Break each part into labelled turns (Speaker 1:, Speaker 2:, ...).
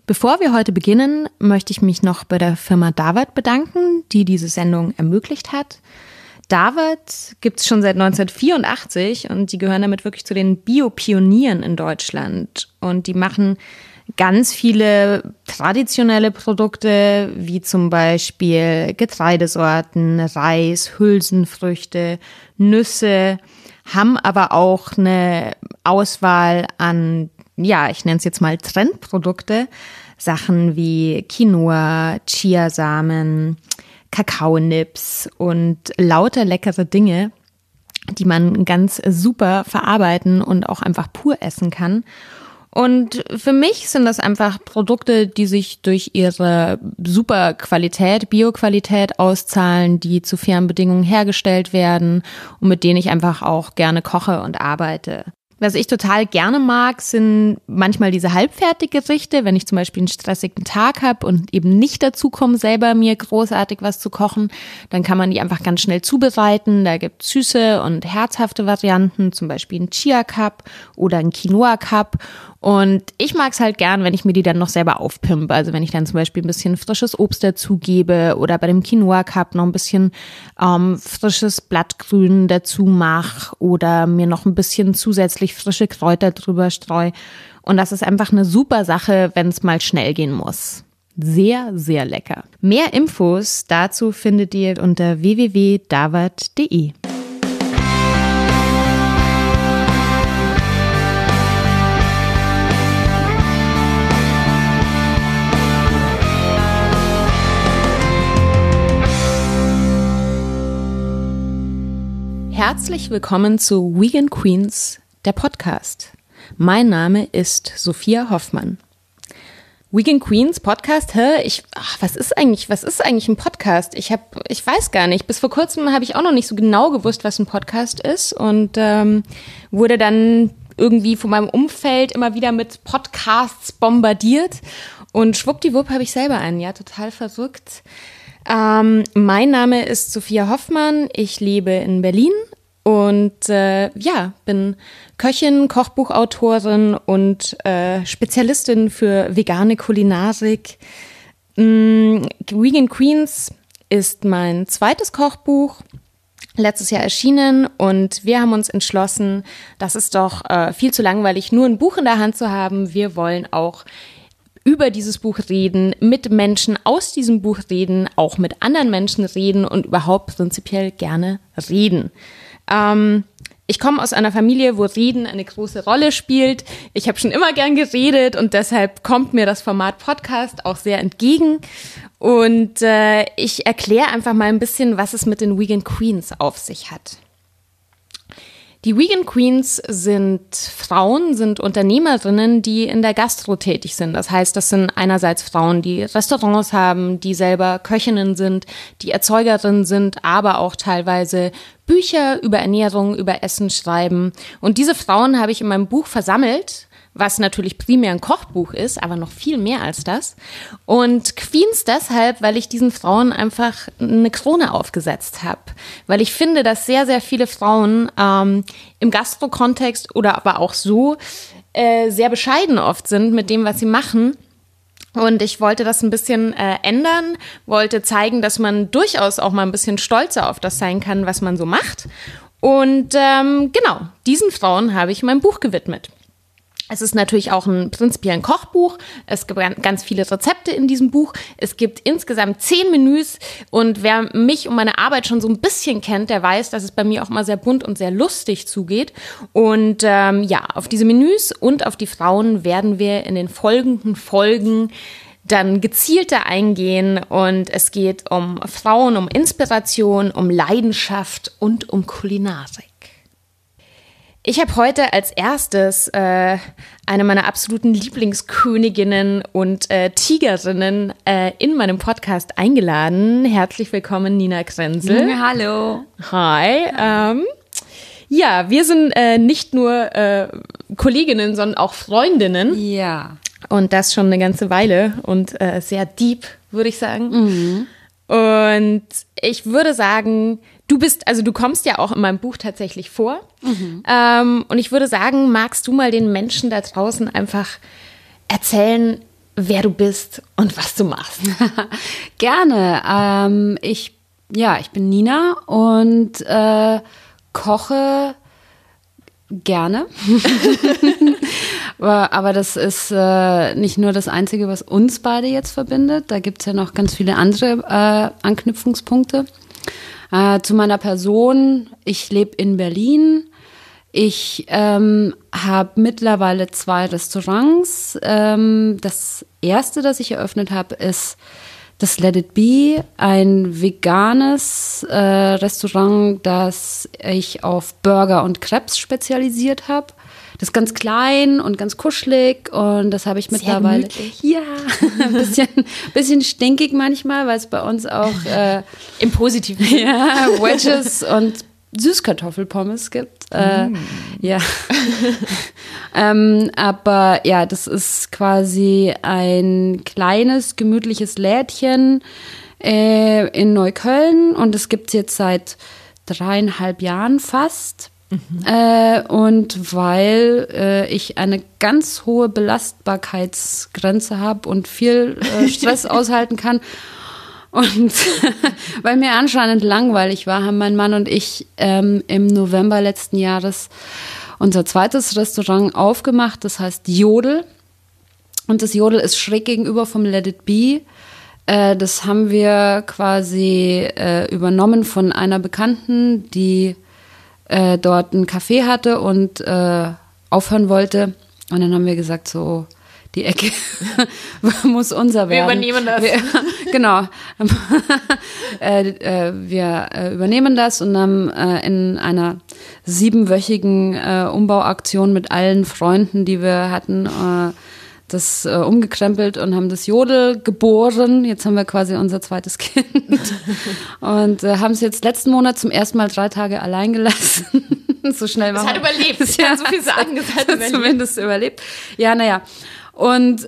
Speaker 1: Bevor wir heute beginnen, möchte ich mich noch bei der Firma Davert bedanken, die diese Sendung ermöglicht hat. Davert gibt es schon seit 1984 und die gehören damit wirklich zu den Bio-Pionieren in Deutschland. Und die machen ganz viele traditionelle Produkte, wie zum Beispiel Getreidesorten, Reis, Hülsenfrüchte, Nüsse, haben aber auch eine Auswahl an, ich nenne es jetzt mal Trendprodukte, Sachen wie Quinoa, Chiasamen, Kakaonips und lauter leckere Dinge, die man ganz super verarbeiten und auch einfach pur essen kann. Und für mich sind das einfach Produkte, die sich durch ihre super Qualität, Bioqualität auszahlen, die zu fairen Bedingungen hergestellt werden und mit denen ich einfach auch gerne koche und arbeite. Was ich total gerne mag, sind manchmal diese Halbfertiggerichte, wenn ich zum Beispiel einen stressigen Tag habe und eben nicht dazu komme, selber mir großartig was zu kochen, dann kann man die einfach ganz schnell zubereiten. Da gibt es süße und herzhafte Varianten, zum Beispiel ein Chia-Cup oder ein Quinoa-Cup. Und ich mag es halt gern, wenn ich mir die dann noch selber aufpimpe. Also wenn ich dann zum Beispiel ein bisschen frisches Obst dazugebe oder bei dem Quinoa-Cup noch ein bisschen frisches Blattgrün dazu mache oder mir noch ein bisschen zusätzlich frische Kräuter drüber streue. Und das ist einfach eine super Sache, wenn es mal schnell gehen muss. Sehr, sehr lecker. Mehr Infos dazu findet ihr unter www.davert.de. Herzlich willkommen zu Vegan Queens, der Podcast. Mein Name ist Sophia Hoffmann. Vegan Queens Podcast, was ist eigentlich ein Podcast? Ich weiß gar nicht. Bis vor kurzem habe ich auch noch nicht so genau gewusst, was ein Podcast ist und wurde dann irgendwie von meinem Umfeld immer wieder mit Podcasts bombardiert und schwuppdiwupp habe ich selber einen. Ja, total verrückt. Mein Name ist Sophia Hoffmann, ich lebe in Berlin und bin Köchin, Kochbuchautorin und Spezialistin für vegane Kulinarik. Vegan Queens ist mein zweites Kochbuch, letztes Jahr erschienen und wir haben uns entschlossen, das ist doch viel zu langweilig, nur ein Buch in der Hand zu haben. Wir wollen auch über dieses Buch reden, mit Menschen aus diesem Buch reden, auch mit anderen Menschen reden und überhaupt prinzipiell gerne reden. Ich komme aus einer Familie, wo Reden eine große Rolle spielt. Ich habe schon immer gern geredet und deshalb kommt mir das Format Podcast auch sehr entgegen. Und ich erkläre einfach mal ein bisschen, was es mit den Vegan Queens auf sich hat. Die Vegan Queens sind Frauen, sind Unternehmerinnen, die in der Gastro tätig sind. Das heißt, das sind einerseits Frauen, die Restaurants haben, die selber Köchinnen sind, die Erzeugerinnen sind, aber auch teilweise Bücher über Ernährung, über Essen schreiben. Und diese Frauen habe ich in meinem Buch versammelt, was natürlich primär ein Kochbuch ist, aber noch viel mehr als das. Und Queens deshalb, weil ich diesen Frauen einfach eine Krone aufgesetzt habe. Weil ich finde, dass sehr, sehr viele Frauen im Gastro-Kontext oder aber auch so sehr bescheiden oft sind mit dem, was sie machen. Und ich wollte das ein bisschen ändern, wollte zeigen, dass man durchaus auch mal ein bisschen stolzer auf das sein kann, was man so macht. Und diesen Frauen habe ich mein Buch gewidmet. Es ist natürlich auch prinzipiell ein Kochbuch. Es gibt ganz viele Rezepte in diesem Buch. Es gibt insgesamt 10 Menüs. Und wer mich und meine Arbeit schon so ein bisschen kennt, der weiß, dass es bei mir auch mal sehr bunt und sehr lustig zugeht. Und auf diese Menüs und auf die Frauen werden wir in den folgenden Folgen dann gezielter eingehen. Und es geht um Frauen, um Inspiration, um Leidenschaft und um Kulinarik. Ich habe heute als erstes eine meiner absoluten Lieblingsköniginnen und Tigerinnen in meinem Podcast eingeladen. Herzlich willkommen, Nina Krenzel.
Speaker 2: Hallo.
Speaker 1: Hi. Wir sind nicht nur Kolleginnen, sondern auch Freundinnen.
Speaker 2: Ja.
Speaker 1: Und das schon eine ganze Weile und sehr deep, würde ich sagen. Mhm. Und ich würde sagen, du kommst ja auch in meinem Buch tatsächlich vor. Mhm. Und ich würde sagen, magst du mal den Menschen da draußen einfach erzählen, wer du bist und was du machst?
Speaker 2: Gerne. Ich bin Nina und koche gerne. Aber das ist nicht nur das Einzige, was uns beide jetzt verbindet. Da gibt es ja noch ganz viele andere Anknüpfungspunkte. Zu meiner Person: Ich lebe in Berlin. Ich habe mittlerweile 2 Restaurants. Das erste, das ich eröffnet habe, ist das Let It Be, ein veganes Restaurant, das ich auf Burger und Crepes spezialisiert habe. Das ist ganz klein und ganz kuschelig und das habe ich mittlerweile. Ja, ein bisschen stinkig manchmal, weil es bei uns auch
Speaker 1: im Positiven
Speaker 2: Wedges und Süßkartoffelpommes gibt. Ja. Aber ja, das ist quasi ein kleines, gemütliches Lädchen in Neukölln und das gibt es jetzt seit 3,5 Jahren fast. Und weil ich eine ganz hohe Belastbarkeitsgrenze habe und viel Stress aushalten kann und weil mir anscheinend langweilig war, haben mein Mann und ich im November letzten Jahres unser zweites Restaurant aufgemacht, das heißt Jodel. Und das Jodel ist schräg gegenüber vom Let It Be. Das haben wir quasi übernommen von einer Bekannten, die dort ein Café hatte und aufhören wollte. Und dann haben wir gesagt, so, die Ecke muss unser werden.
Speaker 1: Wir übernehmen das.
Speaker 2: Genau. Wir übernehmen das und haben in einer 7-wöchigen Umbauaktion mit allen Freunden, die wir hatten, das umgekrempelt und haben das Jodel geboren. Jetzt haben wir quasi unser zweites Kind und haben es jetzt letzten Monat zum ersten Mal 3 Tage allein gelassen. So schnell machen.
Speaker 1: Es hat überlebt. Ich kann so viel sagen. Es hat
Speaker 2: zumindest überlebt. Ja, naja. Und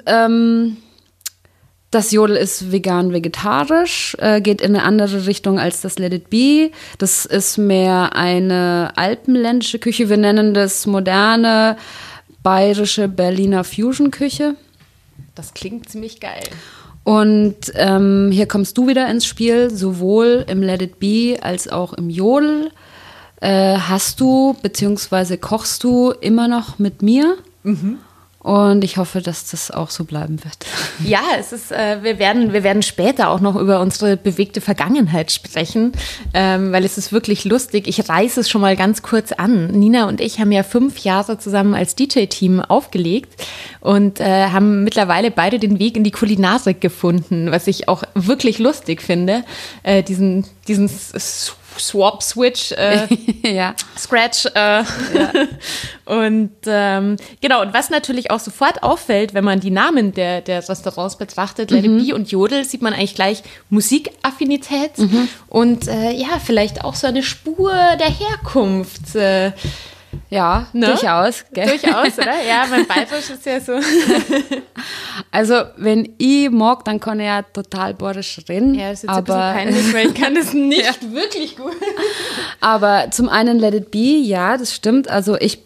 Speaker 2: das Jodel ist vegan-vegetarisch, geht in eine andere Richtung als das Let It Be. Das ist mehr eine alpenländische Küche. Wir nennen das moderne bayerische Berliner Fusion-Küche.
Speaker 1: Das klingt ziemlich geil.
Speaker 2: Und hier kommst du wieder ins Spiel, sowohl im Let It Be als auch im Jodel. Hast du bzw. kochst du immer noch mit mir? Mhm. Und ich hoffe, dass das auch so bleiben wird.
Speaker 1: Ja, es ist, wir werden später auch noch über unsere bewegte Vergangenheit sprechen, weil es ist wirklich lustig. Ich reiße es schon mal ganz kurz an. Nina und ich haben ja 5 Jahre zusammen als DJ-Team aufgelegt und haben mittlerweile beide den Weg in die Kulinarik gefunden, was ich auch wirklich lustig finde. Diesen Swap-Switch,
Speaker 2: ja.
Speaker 1: Scratch. Ja. Und genau, und was natürlich auch sofort auffällt, wenn man die Namen der Restaurants betrachtet, Let It Be und Jodel, sieht man eigentlich gleich Musikaffinität und ja, vielleicht auch so eine Spur der Herkunft.
Speaker 2: Ja, ne? Durchaus. Gell?
Speaker 1: Durchaus, oder? Ja, mein Bayerisch ist ja so.
Speaker 2: Also, wenn ich mag, dann kann ich ja total bayerisch reden.
Speaker 1: Ja, das ist jetzt ein bisschen peinlich, weil ich kann das nicht wirklich gut.
Speaker 2: Aber zum einen Let It Be, ja, das stimmt. Also ich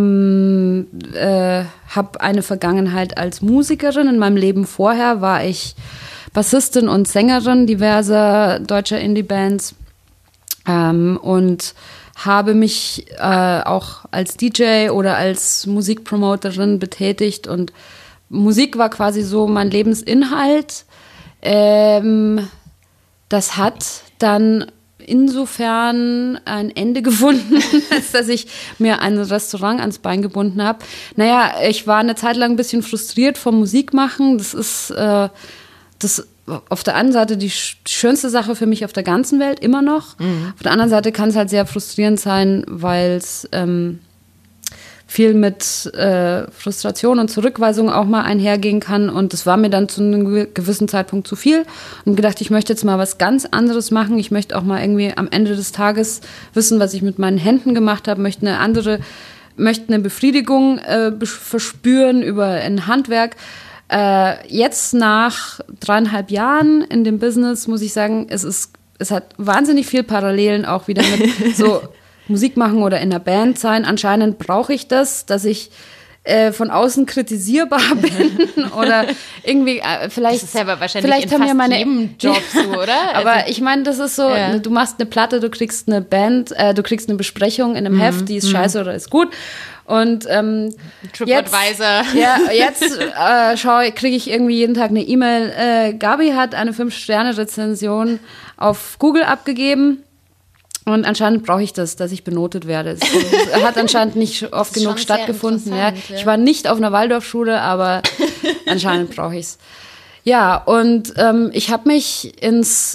Speaker 2: habe eine Vergangenheit als Musikerin. In meinem Leben vorher war ich Bassistin und Sängerin diverser deutscher Indie-Bands und habe mich auch als DJ oder als Musikpromoterin betätigt und Musik war quasi so mein Lebensinhalt. Das hat dann insofern ein Ende gefunden, dass ich mir ein Restaurant ans Bein gebunden habe. Naja, ich war eine Zeit lang ein bisschen frustriert vom Musikmachen. Das ist das auf der einen Seite die schönste Sache für mich auf der ganzen Welt, immer noch. Mhm. Auf der anderen Seite kann es halt sehr frustrierend sein, weil es viel mit Frustration und Zurückweisung auch mal einhergehen kann. Und das war mir dann zu einem gewissen Zeitpunkt zu viel. Und gedacht, ich möchte jetzt mal was ganz anderes machen. Ich möchte auch mal irgendwie am Ende des Tages wissen, was ich mit meinen Händen gemacht habe, möchte eine Befriedigung verspüren über ein Handwerk. Jetzt nach 3,5 Jahren in dem Business muss ich sagen, es hat wahnsinnig viel Parallelen auch wieder mit so Musik machen oder in einer Band sein. Anscheinend brauche ich das, dass ich von außen kritisierbar bin oder irgendwie vielleicht.
Speaker 1: Das ist aber wahrscheinlich
Speaker 2: vielleicht
Speaker 1: in
Speaker 2: haben
Speaker 1: fast
Speaker 2: ja
Speaker 1: jedem Job so, oder?
Speaker 2: Aber ich meine, das ist so, du machst eine Platte, du kriegst eine Band, du kriegst eine Besprechung in einem Heft, die ist scheiße oder ist gut. Und
Speaker 1: TripAdvisor.
Speaker 2: Jetzt kriege ich irgendwie jeden Tag eine E-Mail. Gabi hat eine 5-Sterne-Rezension auf Google abgegeben. Und anscheinend brauche ich das, dass ich benotet werde. Es hat anscheinend nicht oft genug stattgefunden. Ja. Ich war nicht auf einer Waldorfschule, aber anscheinend brauche ich es. Ja, und ich habe mich ins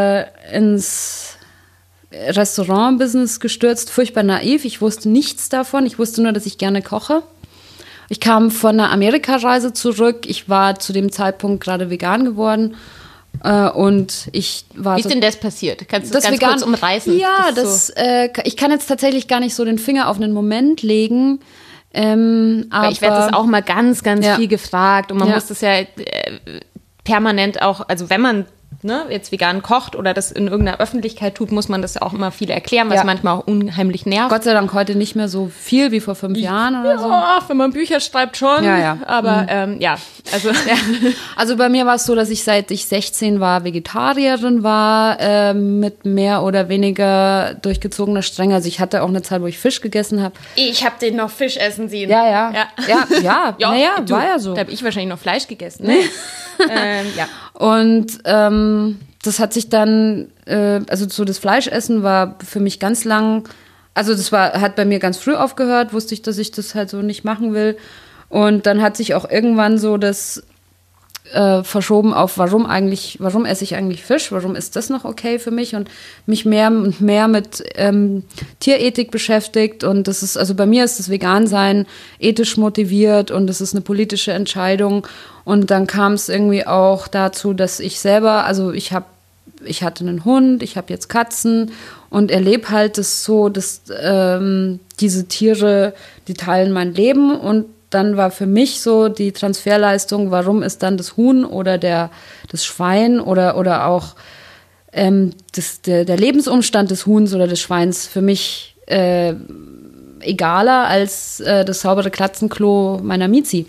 Speaker 2: Restaurant-Business gestürzt, furchtbar naiv. Ich wusste nichts davon. Ich wusste nur, dass ich gerne koche. Ich kam von einer Amerikareise zurück. Ich war zu dem Zeitpunkt gerade vegan geworden. Und ich war.
Speaker 1: Wie ist denn das passiert? Kannst du das ganz
Speaker 2: vegan,
Speaker 1: kurz umreißen?
Speaker 2: Ja, ich kann jetzt tatsächlich gar nicht so den Finger auf einen Moment legen. Aber
Speaker 1: ich werde das auch mal ganz viel gefragt und man muss das ja permanent auch, also wenn man jetzt vegan kocht oder das in irgendeiner Öffentlichkeit tut, muss man das ja auch immer viel erklären, was manchmal auch unheimlich nervt.
Speaker 2: Gott sei Dank heute nicht mehr so viel wie vor 5 Jahren oder so.
Speaker 1: Ja, wenn man Bücher schreibt schon.
Speaker 2: Ja.
Speaker 1: Aber
Speaker 2: Also bei mir war es so, dass ich seit ich 16 war Vegetarierin war, mit mehr oder weniger durchgezogener Strenge. Also ich hatte auch eine Zeit, wo ich Fisch gegessen habe.
Speaker 1: Ich habe den noch Fisch essen sehen.
Speaker 2: Ja. Naja, war ja so.
Speaker 1: Da habe ich wahrscheinlich noch Fleisch gegessen. Ne? Ja.
Speaker 2: Und das hat sich dann, also so das Fleischessen war für mich ganz lang, also hat bei mir ganz früh aufgehört, wusste ich, dass ich das halt so nicht machen will. Und dann hat sich auch irgendwann so das verschoben auf, warum esse ich eigentlich Fisch? Warum ist das noch okay für mich? Und mich mehr und mehr mit Tierethik beschäftigt. Und das ist, also bei mir ist das Vegansein ethisch motiviert und das ist eine politische Entscheidung. Und dann kam es irgendwie auch dazu, dass ich selber, also ich hatte einen Hund, ich habe jetzt Katzen und erlebe halt das so, dass diese Tiere, die teilen mein Leben und dann war für mich so die Transferleistung, warum ist dann das Huhn oder das Schwein oder auch der Lebensumstand des Huhns oder des Schweins für mich egaler als das saubere Katzenklo meiner Miezi.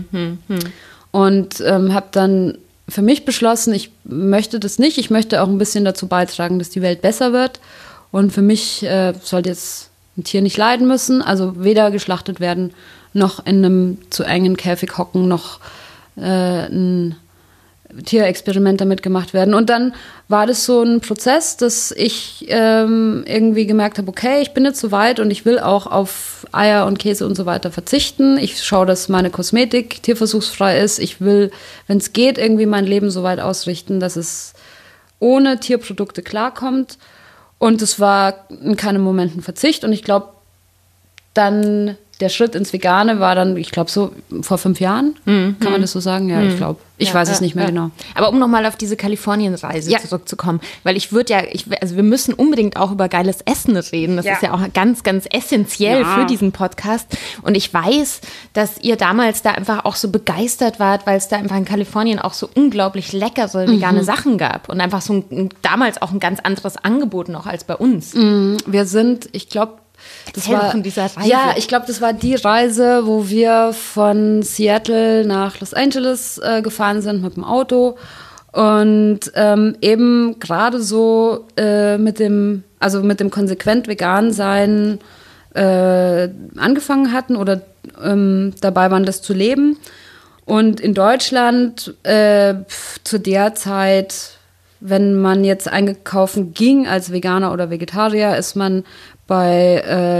Speaker 2: Und habe dann für mich beschlossen, ich möchte das nicht. Ich möchte auch ein bisschen dazu beitragen, dass die Welt besser wird. Und für mich sollte jetzt ein Tier nicht leiden müssen, also weder geschlachtet werden, noch in einem zu engen Käfig hocken, noch ein Tierexperiment damit gemacht werden. Und dann war das so ein Prozess, dass ich irgendwie gemerkt habe, okay, ich bin jetzt so weit und ich will auch auf Eier und Käse und so weiter verzichten. Ich schaue, dass meine Kosmetik tierversuchsfrei ist. Ich will, wenn es geht, irgendwie mein Leben so weit ausrichten, dass es ohne Tierprodukte klarkommt. Und es war in keinem Moment ein Verzicht. Und ich glaube, dann der Schritt ins Vegane war dann, ich glaube, so vor 5 Jahren, kann man das so sagen? Ja, ich glaube. Ich weiß es nicht mehr genau.
Speaker 1: Aber um nochmal auf diese Kalifornien-Reise zurückzukommen, weil also wir müssen unbedingt auch über geiles Essen reden. Das ist ja auch ganz, ganz essentiell für diesen Podcast. Und ich weiß, dass ihr damals da einfach auch so begeistert wart, weil es da einfach in Kalifornien auch so unglaublich leckere vegane Sachen gab. Und einfach so damals auch ein ganz anderes Angebot noch als bei uns.
Speaker 2: Wir sind, ich glaube,
Speaker 1: das war von dieser Reise.
Speaker 2: Ja, ich glaube, das war die Reise, wo wir von Seattle nach Los Angeles gefahren sind mit dem Auto und eben gerade so mit dem konsequent vegan sein angefangen hatten oder dabei waren, das zu leben. Und in Deutschland zu der Zeit, wenn man jetzt eingekaufen ging als Veganer oder Vegetarier, ist man bei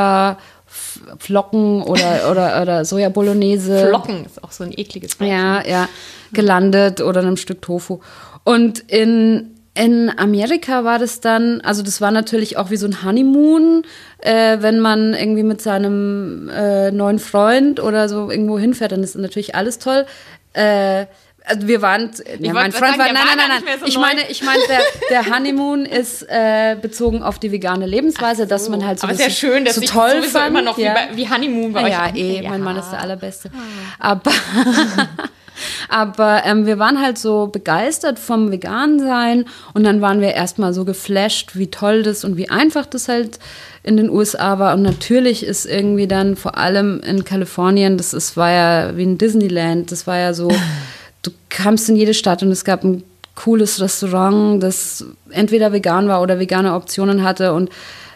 Speaker 2: Sojaflocken oder Soja-Bolognese.
Speaker 1: Flocken ist auch so ein ekliges Wort.
Speaker 2: Ja, gelandet oder einem Stück Tofu. Und in Amerika war das dann, also das war natürlich auch wie so ein Honeymoon, wenn man irgendwie mit seinem neuen Freund oder so irgendwo hinfährt, dann ist natürlich alles toll. Also wir waren, mein Freund war, nein. Ich meine, der Honeymoon ist bezogen auf die vegane Lebensweise, dass man halt so
Speaker 1: aber sehr schön, dass
Speaker 2: so
Speaker 1: ich
Speaker 2: toll
Speaker 1: sowieso
Speaker 2: fand.
Speaker 1: Immer noch wie Honeymoon bei euch.
Speaker 2: Mein Mann ist der Allerbeste. Aber wir waren halt so begeistert vom Vegan-Sein und dann waren wir erstmal so geflasht, wie toll das und wie einfach das halt in den USA war. Und natürlich ist irgendwie dann vor allem in Kalifornien, war ja wie ein Disneyland, das war ja so, du kamst in jede Stadt und es gab ein cooles Restaurant, das entweder vegan war oder vegane Optionen hatte und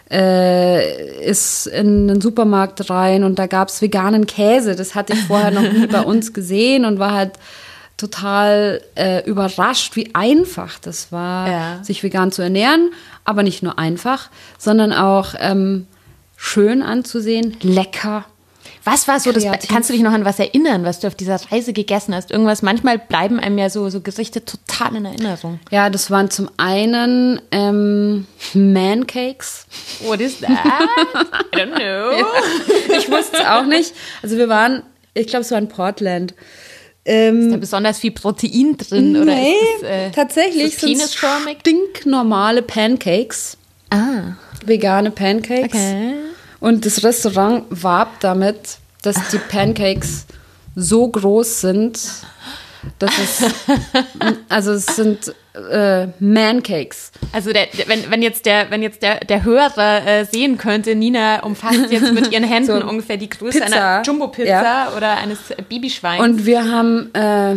Speaker 2: ist in den Supermarkt rein und da gab es veganen Käse. Das hatte ich vorher noch nie bei uns gesehen und war halt total überrascht, wie einfach das war, sich vegan zu ernähren. Aber nicht nur einfach, sondern auch schön anzusehen, lecker.
Speaker 1: Was war so kannst du dich noch an was erinnern, was du auf dieser Reise gegessen hast? Irgendwas, manchmal bleiben einem ja so Gerichte total in Erinnerung.
Speaker 2: Ja, das waren zum einen Man-Cakes.
Speaker 1: What is that? I don't know.
Speaker 2: Ja, ich wusste es auch nicht. Also ich glaube, es war in Portland.
Speaker 1: Ist da besonders viel Protein drin?
Speaker 2: Nee,
Speaker 1: oder ist es,
Speaker 2: tatsächlich sind es stinknormale Pancakes. Vegane Pancakes.
Speaker 1: Okay.
Speaker 2: Und das Restaurant warb damit, dass die Pancakes so groß sind, dass es sind Man-Cakes.
Speaker 1: Also wenn jetzt der Hörer sehen könnte, Nina umfasst jetzt mit ihren Händen so ungefähr die Größe einer Jumbo-Pizza oder eines Babyschweins.
Speaker 2: Und wir haben,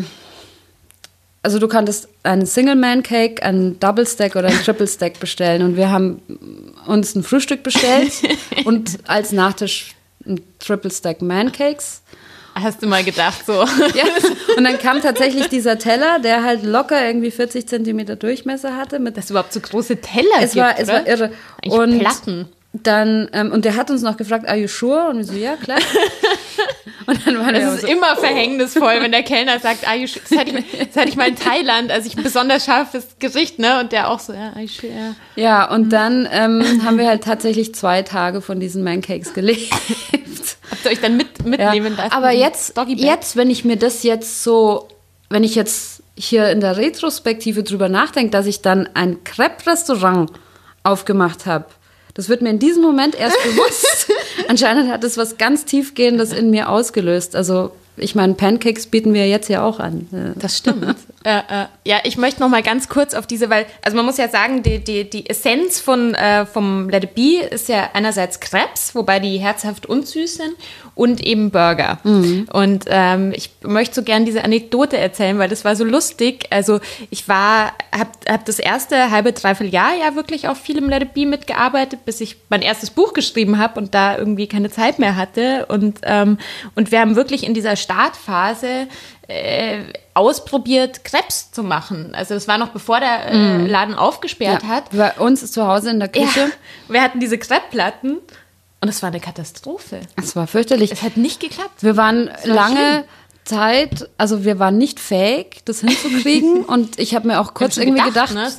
Speaker 2: also du kanntest einen Single-Man-Cake, einen Double-Stack oder einen Triple-Stack bestellen. Und wir haben uns ein Frühstück bestellt und als Nachtisch ein Triple-Stack Man-Cakes.
Speaker 1: Hast du mal gedacht so?
Speaker 2: Ja. Und dann kam tatsächlich dieser Teller, der halt locker irgendwie 40 Zentimeter Durchmesser hatte. Dass
Speaker 1: es überhaupt so große Teller
Speaker 2: es war irre.
Speaker 1: Und Platten.
Speaker 2: Dann, und der hat uns noch gefragt, are you sure? Und wir so, ja, klar. Und dann waren
Speaker 1: das ist so immer verhängnisvoll, wenn der Kellner sagt, are you sure? Das hatte ich mal in Thailand, als ich ein besonders scharfes Gericht, ne? Und der auch so, ja, are you sure?
Speaker 2: Ja, und dann haben wir halt tatsächlich 2 Tage von diesen Mancakes gelebt.
Speaker 1: Habt ihr euch dann mitnehmen lassen?
Speaker 2: Aber jetzt, wenn ich mir das jetzt so, wenn ich jetzt hier in der Retrospektive drüber nachdenke, dass ich dann ein Crepe-Restaurant aufgemacht habe, das wird mir in diesem Moment erst bewusst. Anscheinend hat es was ganz Tiefgehendes in mir ausgelöst. Also ich meine, Pancakes bieten wir jetzt ja auch an.
Speaker 1: Das stimmt. Ja, ich möchte noch mal ganz kurz auf diese, also man muss ja sagen, die Essenz vom Let It Be ist ja einerseits Crepes, wobei die herzhaft und süß sind, und eben Burger. Mhm. Und ich möchte so gern diese Anekdote erzählen, weil das war so lustig. Also ich hab das erste halbe, dreiviertel Jahr ja wirklich auch viel im Let It Be mitgearbeitet, bis ich mein erstes Buch geschrieben habe und da irgendwie keine Zeit mehr hatte. Und wir haben wirklich in dieser Startphase ausprobiert, Crepes zu machen. Also das war noch bevor der Laden aufgesperrt hat.
Speaker 2: Bei uns ist zu Hause in der Küche.
Speaker 1: Ja, wir hatten diese Crepe-Platten und es war eine Katastrophe.
Speaker 2: Es war fürchterlich.
Speaker 1: Es hat nicht geklappt.
Speaker 2: Wir waren lange Zeit, also wir waren nicht fähig, das hinzukriegen und ich habe mir auch kurz irgendwie gedacht,
Speaker 1: ne?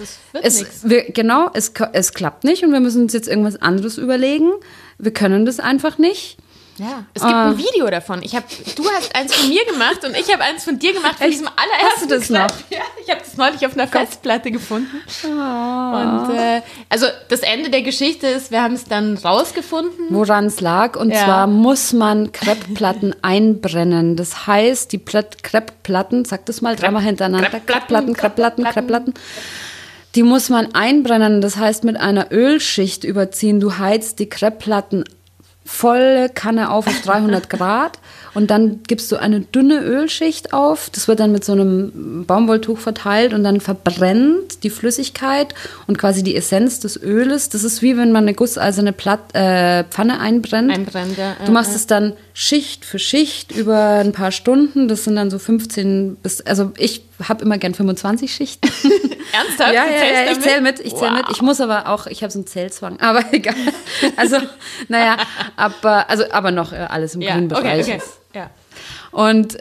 Speaker 2: Es klappt nicht und wir müssen uns jetzt irgendwas anderes überlegen. Wir können das einfach nicht.
Speaker 1: Ja, es gibt ein Video davon. Du hast eins von mir gemacht und ich habe eins von dir gemacht von diesem allerersten.
Speaker 2: Hast du das noch?
Speaker 1: Ja, ich habe das neulich auf einer Festplatte gefunden. Und also das Ende der Geschichte ist, wir haben es dann rausgefunden.
Speaker 2: Woran es lag. Und zwar muss man Crepe-Platten einbrennen. Das heißt, die Crepe-Platten, sag das mal dreimal hintereinander. Crepe-Platten. Die muss man einbrennen. Das heißt, mit einer Ölschicht überziehen. Du heizt die Crepe-Platten volle Kanne auf 300 Grad und dann gibst du eine dünne Ölschicht auf. Das wird dann mit so einem Baumwolltuch verteilt und dann verbrennt die Flüssigkeit und quasi die Essenz des Öles. Das ist wie wenn man eine gusseiserne Pfanne einbrennt. Du machst es dann Schicht für Schicht über ein paar Stunden. Das sind dann so 15 bis, also ich habe immer gern 25 Schichten.
Speaker 1: Ernsthaft?
Speaker 2: Ja, ich zähle mit. Ich muss aber auch, ich habe so einen Zählzwang, aber egal. Also, naja, aber noch alles im grünen Bereich.
Speaker 1: Okay. Ja.
Speaker 2: Und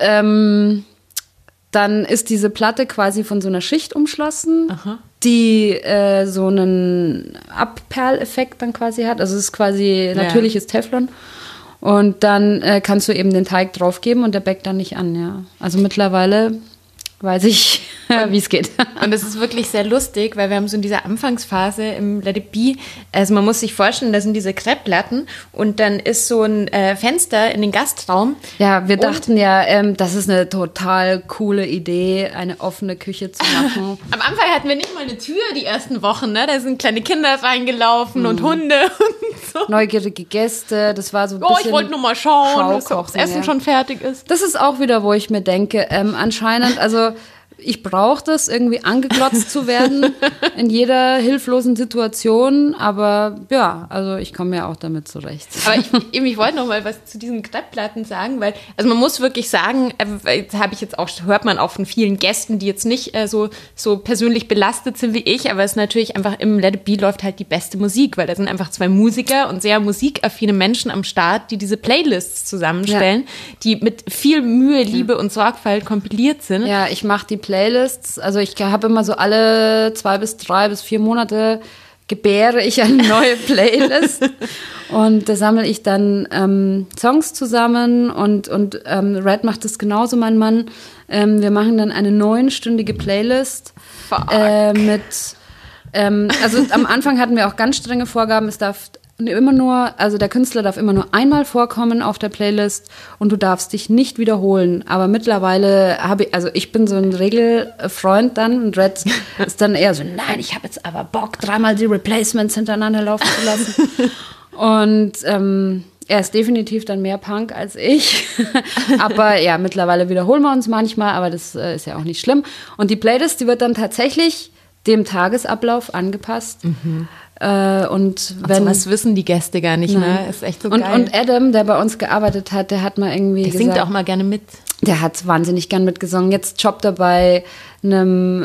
Speaker 2: dann ist diese Platte quasi von so einer Schicht umschlossen, die so einen Abperleffekt dann quasi hat. Also es ist quasi natürliches Teflon. Und dann kannst du eben den Teig draufgeben und der backt dann nicht an, ja. Also mittlerweile weiß ich, wie es geht.
Speaker 1: Und es ist wirklich sehr lustig, weil wir haben so in dieser Anfangsphase im Let It Be, also man muss sich vorstellen, da sind diese Kreppplatten und dann ist so ein Fenster in den Gastraum.
Speaker 2: Ja, wir dachten das ist eine total coole Idee, eine offene Küche zu machen.
Speaker 1: Am Anfang hatten wir nicht mal eine Tür die ersten Wochen, ne? Da sind kleine Kinder reingelaufen und Hunde und so.
Speaker 2: Neugierige Gäste, das war so ein bisschen
Speaker 1: ich wollte nur mal schauen, ob das Essen
Speaker 2: ja.
Speaker 1: schon fertig ist.
Speaker 2: Das ist auch wieder, wo ich mir denke, anscheinend, also ich brauche das, irgendwie angeglotzt zu werden in jeder hilflosen Situation, aber ja, also ich komme ja auch damit zurecht.
Speaker 1: Aber ich wollte noch mal was zu diesen Kreppplatten sagen, weil, also man muss wirklich sagen, hört man auch von vielen Gästen, die jetzt nicht so persönlich belastet sind wie ich, aber es ist natürlich einfach im Let It Be läuft halt die beste Musik, weil da sind einfach 2 Musiker und sehr musikaffine Menschen am Start, die diese Playlists zusammenstellen, die mit viel Mühe, Liebe und Sorgfalt kompiliert sind.
Speaker 2: Ja, ich mache die Playlists, also ich habe immer so alle 2 bis 3 bis 4 Monate gebäre ich eine neue Playlist und da sammle ich dann Songs zusammen und Red macht das genauso, mein Mann. Wir machen dann eine 9-stündige Playlist also am Anfang hatten wir auch ganz strenge Vorgaben, es darf der Künstler darf immer nur einmal vorkommen auf der Playlist und du darfst dich nicht wiederholen. Aber mittlerweile ich bin so ein Regelfreund dann und Red ist dann eher so, nein, ich habe jetzt aber Bock, 3-mal die Replacements hintereinander laufen zu lassen. Und er ist definitiv dann mehr Punk als ich. Aber ja, mittlerweile wiederholen wir uns manchmal, aber das ist ja auch nicht schlimm. Und die Playlist, die wird dann tatsächlich dem Tagesablauf angepasst.
Speaker 1: Mhm.
Speaker 2: Und
Speaker 1: was wissen die Gäste gar nicht, ne? Ist echt so geil.
Speaker 2: Und Adam, der bei uns gearbeitet hat, der hat mal irgendwie
Speaker 1: gesagt, singt auch mal gerne mit.
Speaker 2: Der hat wahnsinnig gern mitgesungen. Jetzt jobbt er bei einem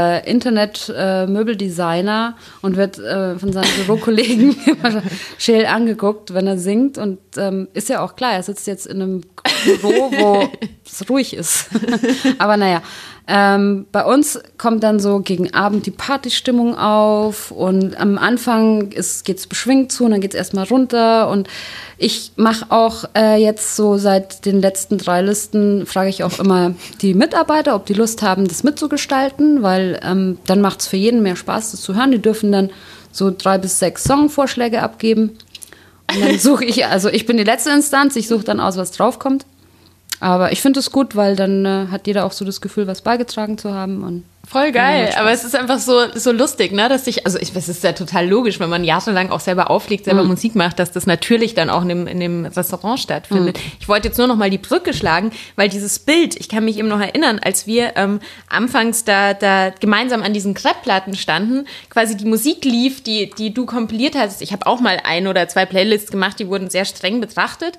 Speaker 2: Internet-Möbeldesigner und wird von seinen Bürokollegen immer scheel angeguckt, wenn er singt. Und ist ja auch klar, er sitzt jetzt in einem Büro, wo es ruhig ist. Aber naja, bei uns kommt dann so gegen Abend die Partystimmung auf und am Anfang geht's beschwingt zu und dann geht's erstmal runter und ich mache auch jetzt so seit den letzten 3 Listen, frage ich auch immer die Mitarbeiter, ob die Lust haben, das mitzugestalten, weil dann macht's für jeden mehr Spaß, das zu hören. Die dürfen dann so 3 bis 6 Songvorschläge abgeben und dann suche ich bin die letzte Instanz, ich suche dann aus, was draufkommt. Aber ich finde es gut, weil dann hat jeder auch so das Gefühl, was beigetragen zu haben. Und
Speaker 1: voll geil, aber es ist einfach so lustig, ne, dass es ist ja total logisch, wenn man jahrelang auch selber auflegt, selber Musik macht, dass das natürlich dann auch in dem Restaurant stattfindet. Ich wollte jetzt nur noch mal die Brücke schlagen, weil dieses Bild, ich kann mich eben noch erinnern, als wir anfangs da gemeinsam an diesen Kreppplatten standen, quasi die Musik lief, die du kompiliert hast. Ich habe auch mal 1 oder 2 Playlists gemacht, die wurden sehr streng betrachtet.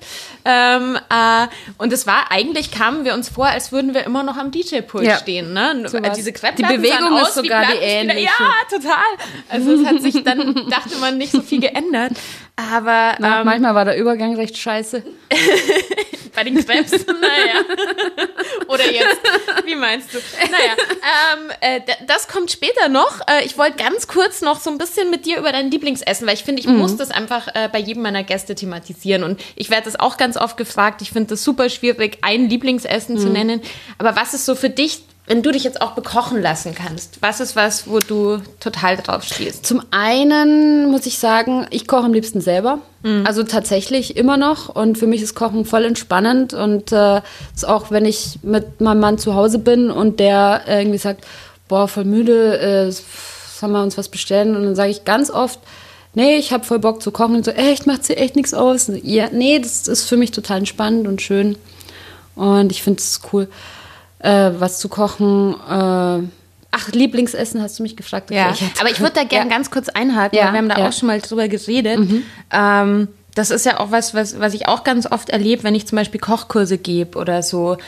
Speaker 1: Und es war, eigentlich kamen wir uns vor, als würden wir immer noch am DJ-Pult stehen, ne?
Speaker 2: So
Speaker 1: diese Kreppplatten
Speaker 2: die Bewegung ist sogar die ähnliche.
Speaker 1: Ja, total. Also es hat sich dann, dachte man, nicht so viel geändert. Aber
Speaker 2: manchmal war der Übergang recht scheiße.
Speaker 1: Bei den Krebs? Naja. Oder jetzt? Wie meinst du? Naja, das kommt später noch. Ich wollte ganz kurz noch so ein bisschen mit dir über dein Lieblingsessen, weil ich finde, ich muss das einfach bei jedem meiner Gäste thematisieren. Und ich werde das auch ganz oft gefragt. Ich finde das super schwierig, ein Lieblingsessen zu nennen. Aber was ist so für dich, wenn du dich jetzt auch bekochen lassen kannst, was ist was, wo du total drauf stehst?
Speaker 2: Zum einen muss ich sagen, ich koche am liebsten selber. Also tatsächlich immer noch. Und für mich ist Kochen voll entspannend. Und ist auch, wenn ich mit meinem Mann zu Hause bin und der irgendwie sagt, boah, voll müde, sollen wir uns was bestellen? Und dann sage ich ganz oft, nee, ich habe voll Bock zu kochen. Und so, echt, macht dir echt nichts aus? Ja, nee, das ist für mich total entspannend und schön. Und ich finde es cool. Was zu kochen. Lieblingsessen hast du mich gefragt.
Speaker 1: Ja, aber ich würde da gerne ganz kurz einhaken, weil wir haben da auch schon mal drüber geredet. Das ist ja auch was ich auch ganz oft erlebe, wenn ich zum Beispiel Kochkurse gebe oder so.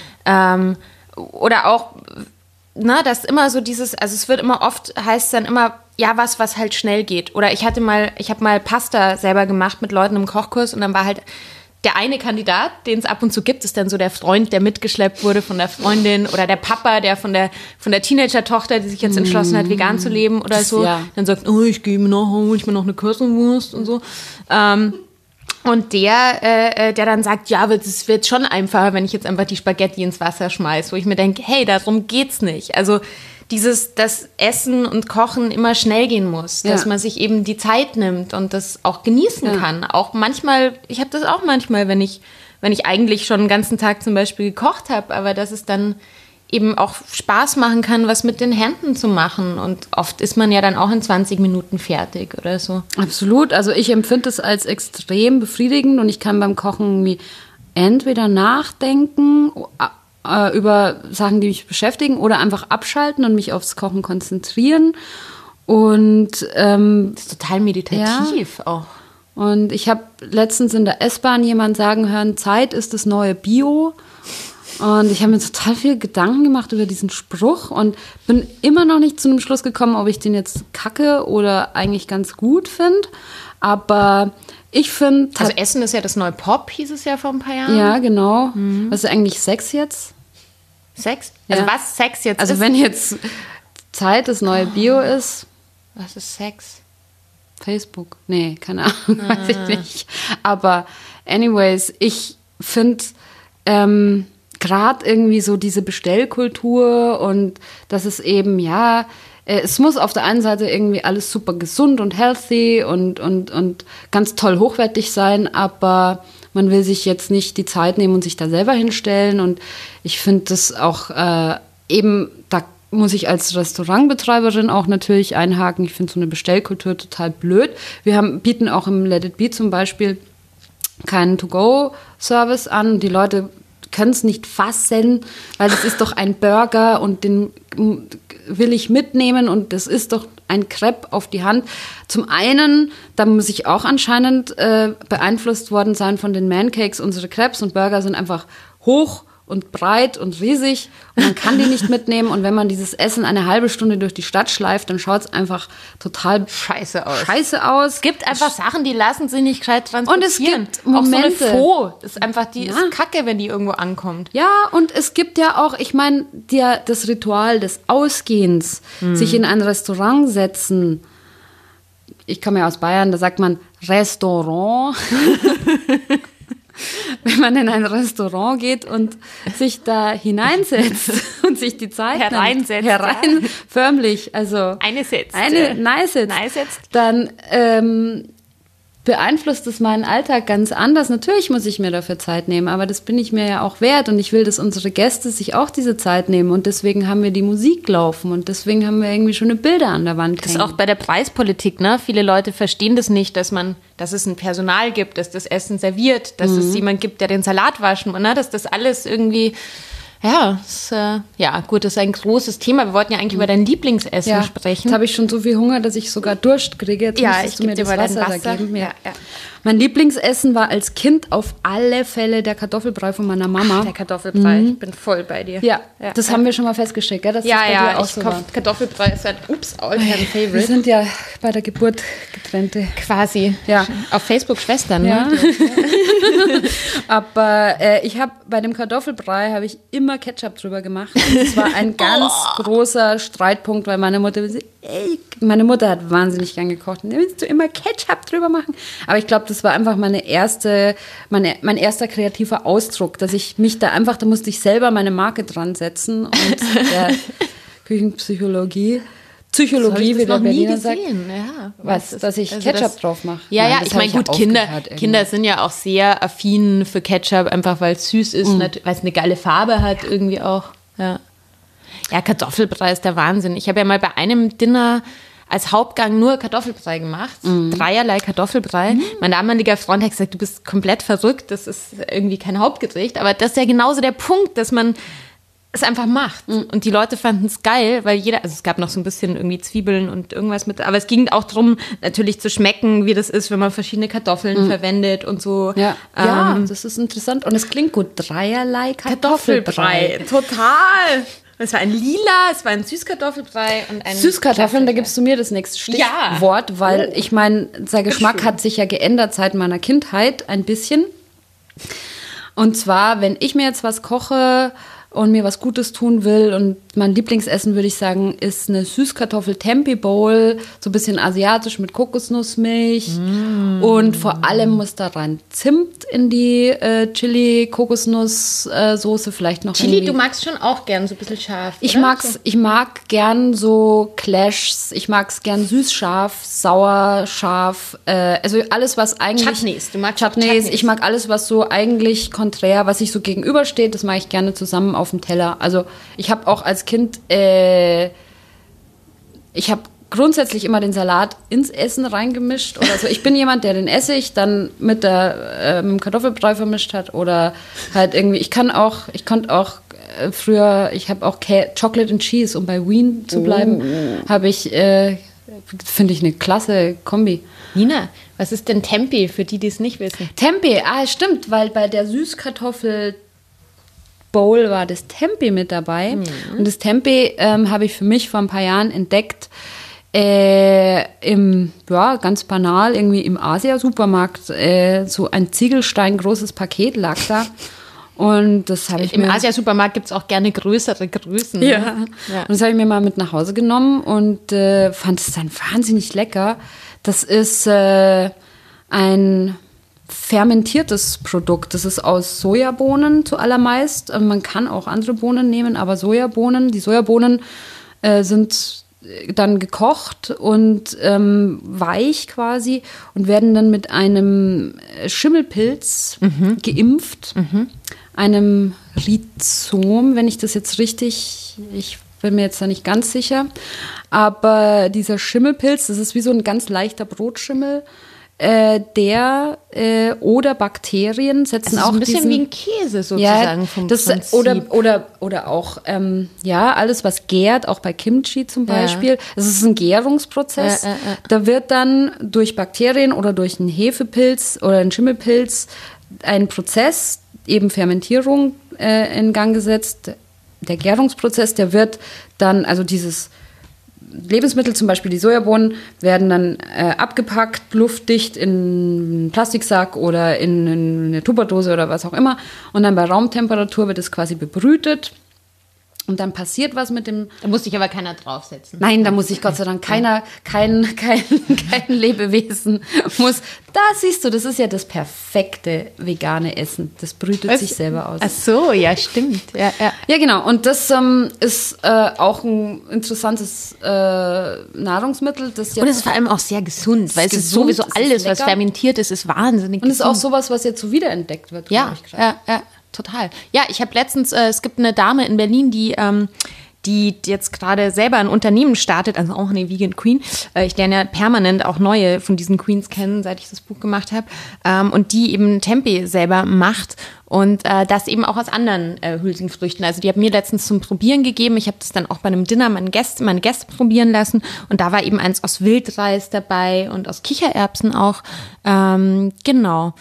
Speaker 1: Oder auch, dass immer so dieses, also es wird immer oft, heißt es dann immer, ja, was halt schnell geht. Oder ich habe mal Pasta selber gemacht mit Leuten im Kochkurs und dann war halt der eine Kandidat, den es ab und zu gibt, ist dann so der Freund, der mitgeschleppt wurde von der Freundin oder der Papa, der von der Teenager-Tochter, die sich jetzt entschlossen hat, vegan zu leben oder so. Ja. Dann sagt, ich gehe mir hol ich mir noch eine Currywurst und so. Und der dann sagt, ja, es wird schon einfacher, wenn ich jetzt einfach die Spaghetti ins Wasser schmeiße, wo ich mir denke, hey, darum geht's nicht. Also dass Essen und Kochen immer schnell gehen muss, dass man sich eben die Zeit nimmt und das auch genießen kann. Auch manchmal, ich habe das auch manchmal, wenn ich eigentlich schon den ganzen Tag zum Beispiel gekocht habe, aber dass es dann eben auch Spaß machen kann, was mit den Händen zu machen. Und oft ist man ja dann auch in 20 Minuten fertig oder so.
Speaker 2: Absolut. Also ich empfinde es als extrem befriedigend und ich kann beim Kochen irgendwie entweder nachdenken über Sachen, die mich beschäftigen oder einfach abschalten und mich aufs Kochen konzentrieren. Und
Speaker 1: das ist total meditativ auch.
Speaker 2: Und ich habe letztens in der S-Bahn jemand sagen hören, Zeit ist das neue Bio. Und ich habe mir total viel Gedanken gemacht über diesen Spruch und bin immer noch nicht zu einem Schluss gekommen, ob ich den jetzt kacke oder eigentlich ganz gut finde. Aber ich finde...
Speaker 1: Also Essen ist ja das neue Pop, hieß es ja vor ein paar Jahren.
Speaker 2: Ja, genau. Was ist eigentlich Sex jetzt?
Speaker 1: Sex? Also was Sex jetzt
Speaker 2: ist? Also wenn jetzt Zeit das neue Bio ist...
Speaker 1: Was ist Sex?
Speaker 2: Facebook? Nee, keine Ahnung, weiß ich nicht. Aber anyways, ich finde... gerade irgendwie so diese Bestellkultur und dass es eben, es muss auf der einen Seite irgendwie alles super gesund und healthy und ganz toll hochwertig sein, aber man will sich jetzt nicht die Zeit nehmen und sich da selber hinstellen und ich finde das auch eben, da muss ich als Restaurantbetreiberin auch natürlich einhaken, ich finde so eine Bestellkultur total blöd. Wir bieten auch im Let It Be zum Beispiel keinen To-Go-Service an, die Leute können es nicht fassen, weil es ist doch ein Burger und den will ich mitnehmen und das ist doch ein Crepe auf die Hand. Zum einen, da muss ich auch anscheinend beeinflusst worden sein von den Mancakes. Unsere Crepes und Burger sind einfach hoch und breit und riesig und man kann die nicht mitnehmen. Und wenn man dieses Essen eine halbe Stunde durch die Stadt schleift, dann schaut es einfach total scheiße aus.
Speaker 1: Es gibt einfach Sachen, die lassen sich nicht gescheit transportieren.
Speaker 2: Und es gibt Momente.
Speaker 1: Auch so eine Faux, das ist einfach, die ist kacke, wenn die irgendwo ankommt.
Speaker 2: Ja, und es gibt ja auch, ich meine, das Ritual des Ausgehens, sich in ein Restaurant setzen. Ich komme ja aus Bayern, da sagt man Restaurant. Wenn man in ein Restaurant geht und sich hineinsetzt und sich die Zeit
Speaker 1: hereinsetzt,
Speaker 2: förmlich, also dann beeinflusst es meinen Alltag ganz anders. Natürlich muss ich mir dafür Zeit nehmen, aber das bin ich mir ja auch wert und ich will, dass unsere Gäste sich auch diese Zeit nehmen und deswegen haben wir die Musik laufen und deswegen haben wir irgendwie schöne Bilder an der Wand hängen.
Speaker 1: Das ist auch bei der Preispolitik, ne? Viele Leute verstehen das nicht, dass es ein Personal gibt, dass das Essen serviert, dass es jemand gibt, der den Salat waschen, ne? Dass das alles irgendwie... Gut, das ist ein großes Thema. Wir wollten ja eigentlich über dein Lieblingsessen sprechen.
Speaker 2: Jetzt habe ich schon so viel Hunger, dass ich sogar Durst kriege. Jetzt müsstest du mir das Wasser da geben. Ja. Mein Lieblingsessen war als Kind auf alle Fälle der Kartoffelbrei von meiner Mama.
Speaker 1: Der Kartoffelbrei, ich bin voll bei dir.
Speaker 2: Ja, das haben wir schon mal festgestellt, gell? Dass das bei dir auch so war.
Speaker 1: Kartoffelbrei ist ein All-Time-Favorite.
Speaker 2: Wir sind ja bei der Geburt getrennte.
Speaker 1: Quasi. Ja. Auf Facebook Schwestern, ne?
Speaker 2: Ja. Aber ich habe bei dem Kartoffelbrei habe ich immer Ketchup drüber gemacht. Das war ein ganz großer Streitpunkt, weil meine Mutter hat wahnsinnig gern gekocht. Und willst du immer Ketchup drüber machen? Aber ich glaube, das war einfach mein erster kreativer Ausdruck, dass ich mich da musste ich selber meine Marke dran setzen und der Küchenpsychologie, wie der Berliner sagt, dass ich Ketchup drauf mache.
Speaker 1: Ja, ich meine, gut, Kinder sind ja auch sehr affin für Ketchup, einfach weil es süß ist, weil es eine geile Farbe hat irgendwie auch. Ja, Kartoffelbrei ist der Wahnsinn. Ich habe ja mal bei einem Dinner als Hauptgang nur Kartoffelbrei gemacht, dreierlei Kartoffelbrei. Mein damaliger Freund hat gesagt, du bist komplett verrückt, das ist irgendwie kein Hauptgericht, aber das ist ja genauso der Punkt, dass man es einfach macht. Und die Leute fanden es geil, weil also es gab noch so ein bisschen irgendwie Zwiebeln und irgendwas mit, aber es ging auch darum, natürlich zu schmecken, wie das ist, wenn man verschiedene Kartoffeln verwendet und so.
Speaker 2: Ja, das ist interessant und es klingt gut. Dreierlei Kartoffelbrei.
Speaker 1: Total. Es war ein Lila, es war ein Süßkartoffelbrei und ein
Speaker 2: Süßkartoffeln, da gibst du mir das nächste Stichwort, weil ich meine, sein Geschmack hat sich ja geändert seit meiner Kindheit ein bisschen. Und zwar, wenn ich mir jetzt was koche, und mir was Gutes tun will. Und mein Lieblingsessen, würde ich sagen, ist eine Süßkartoffel-Tempeh-Bowl, so ein bisschen asiatisch mit Kokosnussmilch. Und vor allem muss da rein Zimt in die Chili-Kokosnuss-Soße, vielleicht noch
Speaker 1: Chili, du magst schon auch gern so ein bisschen scharf,
Speaker 2: ich
Speaker 1: oder?
Speaker 2: mag gern so Clashs, ich mag es gern süß-scharf, sauer, scharf, also alles, was eigentlich...
Speaker 1: Chutneys, du magst
Speaker 2: Chutneys, ich mag alles, was so eigentlich konträr, was sich so gegenübersteht, das mag ich gerne zusammen auf dem Teller. Also ich habe auch als Kind, ich habe grundsätzlich immer den Salat ins Essen reingemischt oder so. Ich bin jemand, der den Essig dann mit dem Kartoffelbrei vermischt hat oder halt irgendwie, ich konnte auch früher, ich habe auch Chocolate and Cheese, um bei Wien zu bleiben, habe ich, finde ich eine klasse Kombi.
Speaker 1: Nina, was ist denn Tempeh, für die es nicht wissen?
Speaker 2: Tempeh, stimmt, weil bei der Süßkartoffel Bowl war das Tempeh mit dabei. Und das Tempeh habe ich für mich vor ein paar Jahren entdeckt, ganz banal, irgendwie im Asia-Supermarkt, so ein Ziegelstein großes Paket lag da. Und das habe ich
Speaker 1: Im Asia-Supermarkt gibt es auch gerne größere Größen.
Speaker 2: Ja.
Speaker 1: Ne? Ja.
Speaker 2: Und das habe ich mir mal mit nach Hause genommen und fand es dann wahnsinnig lecker. Das ist ein fermentiertes Produkt. Das ist aus Sojabohnen zuallermeist. Man kann auch andere Bohnen nehmen, aber Sojabohnen. Die Sojabohnen sind dann gekocht und weich quasi und werden dann mit einem Schimmelpilz geimpft. Einem Rhizom, wenn ich das jetzt richtig, ich bin mir jetzt da nicht ganz sicher, aber dieser Schimmelpilz, das ist wie so ein ganz leichter Brotschimmel, oder Bakterien setzen
Speaker 1: Also
Speaker 2: auch
Speaker 1: ein bisschen
Speaker 2: diesen,
Speaker 1: wie ein Käse sozusagen vom Prinzip.
Speaker 2: Oder auch alles, was gärt, auch bei Kimchi zum Beispiel. Es ist ein Gärungsprozess. Da wird dann durch Bakterien oder durch einen Hefepilz oder einen Schimmelpilz ein Prozess, eben Fermentierung, in Gang gesetzt. Der Gärungsprozess, der wird dann, also dieses Lebensmittel, zum Beispiel die Sojabohnen, werden dann abgepackt, luftdicht in einen Plastiksack oder in eine Tupperdose oder was auch immer. Und dann bei Raumtemperatur wird es quasi bebrütet. Und dann passiert was mit dem...
Speaker 1: Da muss sich aber keiner draufsetzen.
Speaker 2: Nein, da muss sich Gott sei Dank kein Lebewesen muss... Da siehst du, das ist ja das perfekte vegane Essen. Das brütet sich selber aus.
Speaker 1: Ach so, ja, stimmt. Ja.
Speaker 2: Ja, genau. Und das ist auch ein interessantes Nahrungsmittel. Das ja
Speaker 1: Und es ist vor allem auch sehr gesund, weil es ist
Speaker 2: gesund,
Speaker 1: sowieso
Speaker 2: es ist
Speaker 1: alles, was
Speaker 2: lecker.
Speaker 1: fermentiert ist wahnsinnig
Speaker 2: Und es ist auch
Speaker 1: gesund.
Speaker 2: sowas, was jetzt so wiederentdeckt wird, glaube ich gerade.
Speaker 1: Ja, total. Ja, ich habe letztens, es gibt eine Dame in Berlin, die jetzt gerade selber ein Unternehmen startet, also auch eine Vegan Queen. Ich lerne ja permanent auch neue von diesen Queens kennen, seit ich das Buch gemacht habe. Und die eben Tempeh selber macht und das eben auch aus anderen Hülsenfrüchten. Also die hat mir letztens zum Probieren gegeben. Ich habe das dann auch bei einem Dinner meine Gäste probieren lassen. Und da war eben eins aus Wildreis dabei und aus Kichererbsen auch. Genau.